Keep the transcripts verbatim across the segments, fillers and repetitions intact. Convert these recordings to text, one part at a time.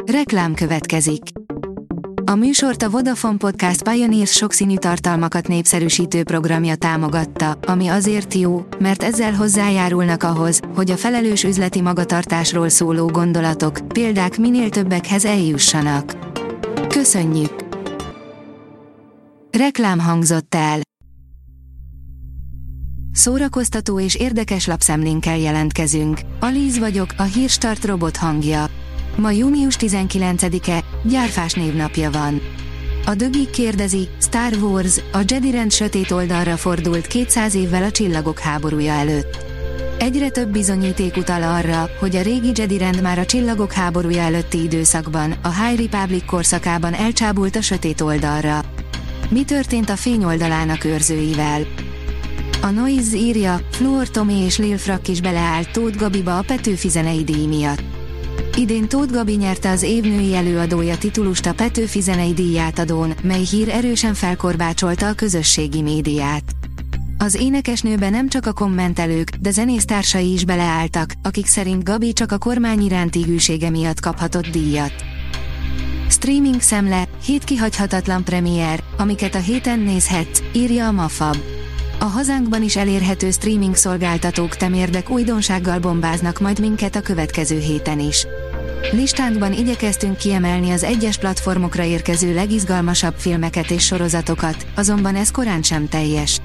Reklám következik. A műsort a Vodafone Podcast Pioneers sokszínű tartalmakat népszerűsítő programja támogatta, ami azért jó, mert ezzel hozzájárulnak ahhoz, hogy a felelős üzleti magatartásról szóló gondolatok, példák minél többekhez eljussanak. Köszönjük! Reklám hangzott el. Szórakoztató és érdekes lapszemlénkkel jelentkezünk. Alíz vagyok, a Hírstart robot hangja. Ma június tizenkilencedike, Gyárfás névnapja van. A The Geek kérdezi, Star Wars, a Jedi rend sötét oldalra fordult kétszáz évvel a Csillagok háborúja előtt. Egyre több bizonyíték utal arra, hogy a régi Jedi rend már a Csillagok háborúja előtti időszakban, a High Republic korszakában elcsábult a sötét oldalra. Mi történt a fényoldalának őrzőivel? A Noise írja, Fluor Tomi és Lil Frak is beleállt Tóth Gabiba a Petőfi Zenei Díj miatt. Idén Tóth Gabi nyerte az év női előadója titulust a Petőfi Zenei Díjátadón, mely hír erősen felkorbácsolta a közösségi médiát. Az énekesnőbe nem csak a kommentelők, de zenésztársai is beleálltak, akik szerint Gabi csak a kormány iránti hűsége miatt kaphatott díjat. Streaming szemle, hét kihagyhatatlan premier, amiket a héten nézhetsz, írja a Mafab. A hazánkban is elérhető streaming szolgáltatók temérdek újdonsággal bombáznak majd minket a következő héten is. Listánkban igyekeztünk kiemelni az egyes platformokra érkező legizgalmasabb filmeket és sorozatokat, azonban ez korán sem teljes.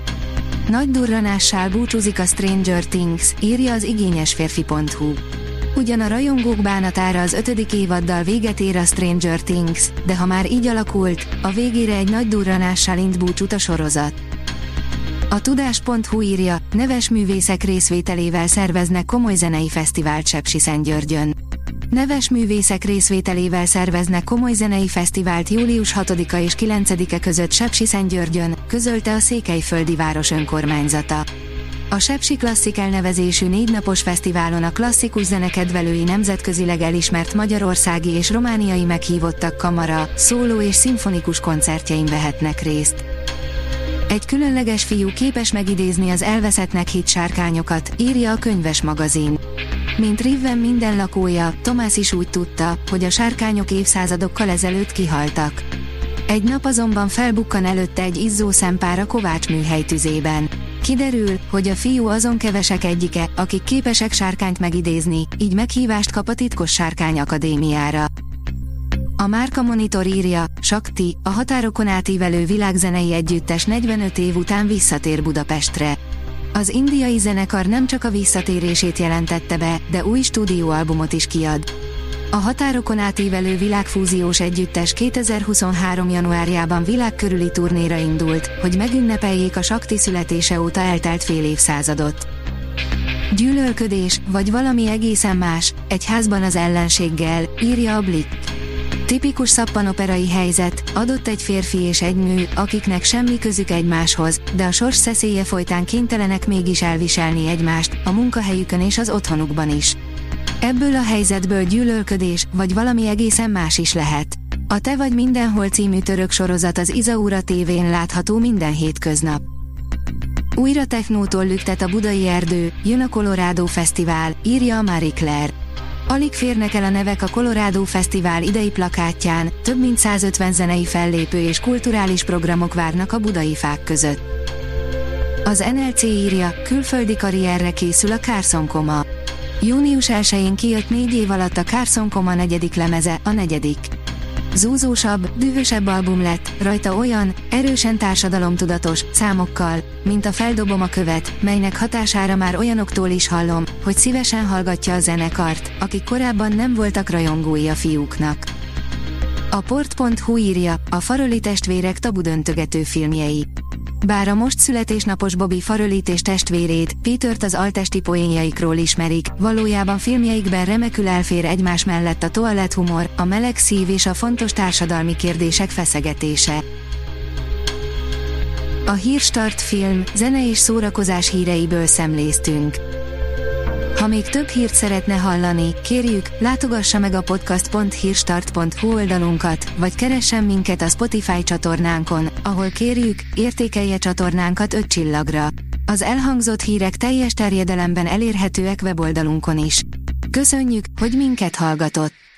Nagy durranással búcsúzik a Stranger Things, írja az igényesférfi pont hu. Ugyan a rajongók bánatára az ötödik évaddal véget ér a Stranger Things, de ha már így alakult, a végére egy nagy durranással int búcsút a sorozat. A tudás pont hu írja, neves művészek részvételével szerveznek komoly zenei fesztivált Sepsiszentgyörgyön. Neves művészek részvételével szerveznek komoly zenei fesztivált július hatodika és kilencedike között Sepsiszentgyörgyön, közölte a Székelyföldi város önkormányzata. A Sepsi Klasszik elnevezésű négynapos fesztiválon a klasszikus zenekedvelői nemzetközileg elismert magyarországi és romániai meghívottak kamara, szóló és szimfonikus koncertjein vehetnek részt. Egy különleges fiú képes megidézni az elveszettnek hitt sárkányokat, írja a Könyves magazin. Mint Riven minden lakója, Tomás is úgy tudta, hogy a sárkányok évszázadokkal ezelőtt kihaltak. Egy nap azonban felbukkan előtte egy izzó szempár a Kovács műhely tüzében. Kiderül, hogy a fiú azon kevesek egyike, akik képesek sárkányt megidézni, így meghívást kap a titkos sárkány akadémiára. A Márka Monitor írja, Sakti, a határokon átívelő világzenei együttes negyvenöt év után visszatér Budapestre. Az indiai zenekar nem csak a visszatérését jelentette be, de új stúdióalbumot is kiad. A határokon átívelő világfúziós együttes kétezer-huszonhárom januárjában világkörüli turnéra indult, hogy megünnepeljék a Sakti születése óta eltelt fél évszázadot. Gyűlölködés, vagy valami egészen más, egy házban az ellenséggel, írja a Blick. Tipikus szappanoperai helyzet, adott egy férfi és egy nő, akiknek semmi közük egymáshoz, de a sors szeszélye folytán kénytelenek mégis elviselni egymást, a munkahelyükön és az otthonukban is. Ebből a helyzetből gyűlölködés, vagy valami egészen más is lehet. A Te vagy mindenhol című török sorozat az Izaura tévén látható minden hétköznap. Újra technótól lüktet a budai erdő, jön a Colorado Fesztivál, írja a Marie Claire. Alig férnek el a nevek a Colorado Fesztivál idei plakátján, több mint százötven zenei fellépő és kulturális programok várnak a budai fák között. Az en el cé írja, külföldi karrierre készül a Carson Coma. június elsején kijött négy év alatt a Carson Coma negyedik lemeze, a negyedik. Zúzósabb, dühösebb album lett, rajta olyan, erősen társadalomtudatos, számokkal, mint a Feldobom a követ, melynek hatására már olyanoktól is hallom, hogy szívesen hallgatja a zenekart, akik korábban nem voltak rajongói a fiúknak. A port pont hu írja, a Faröli testvérek tabudöntögető filmjei. Bár a most születésnapos Bobby Farölit és testvérét, Petert az altesti poénjaikról ismerik, valójában filmjeikben remekül elfér egymás mellett a toaletthumor, a meleg szív és a fontos társadalmi kérdések feszegetése. A Hírstart film, zene és szórakozás híreiből szemléztünk. Ha még több hírt szeretne hallani, kérjük, látogassa meg a podcast pont hírstart pont hu oldalunkat, vagy keressen minket a Spotify csatornánkon, ahol kérjük, értékelje csatornánkat öt csillagra. Az elhangzott hírek teljes terjedelemben elérhetőek weboldalunkon is. Köszönjük, hogy minket hallgatott!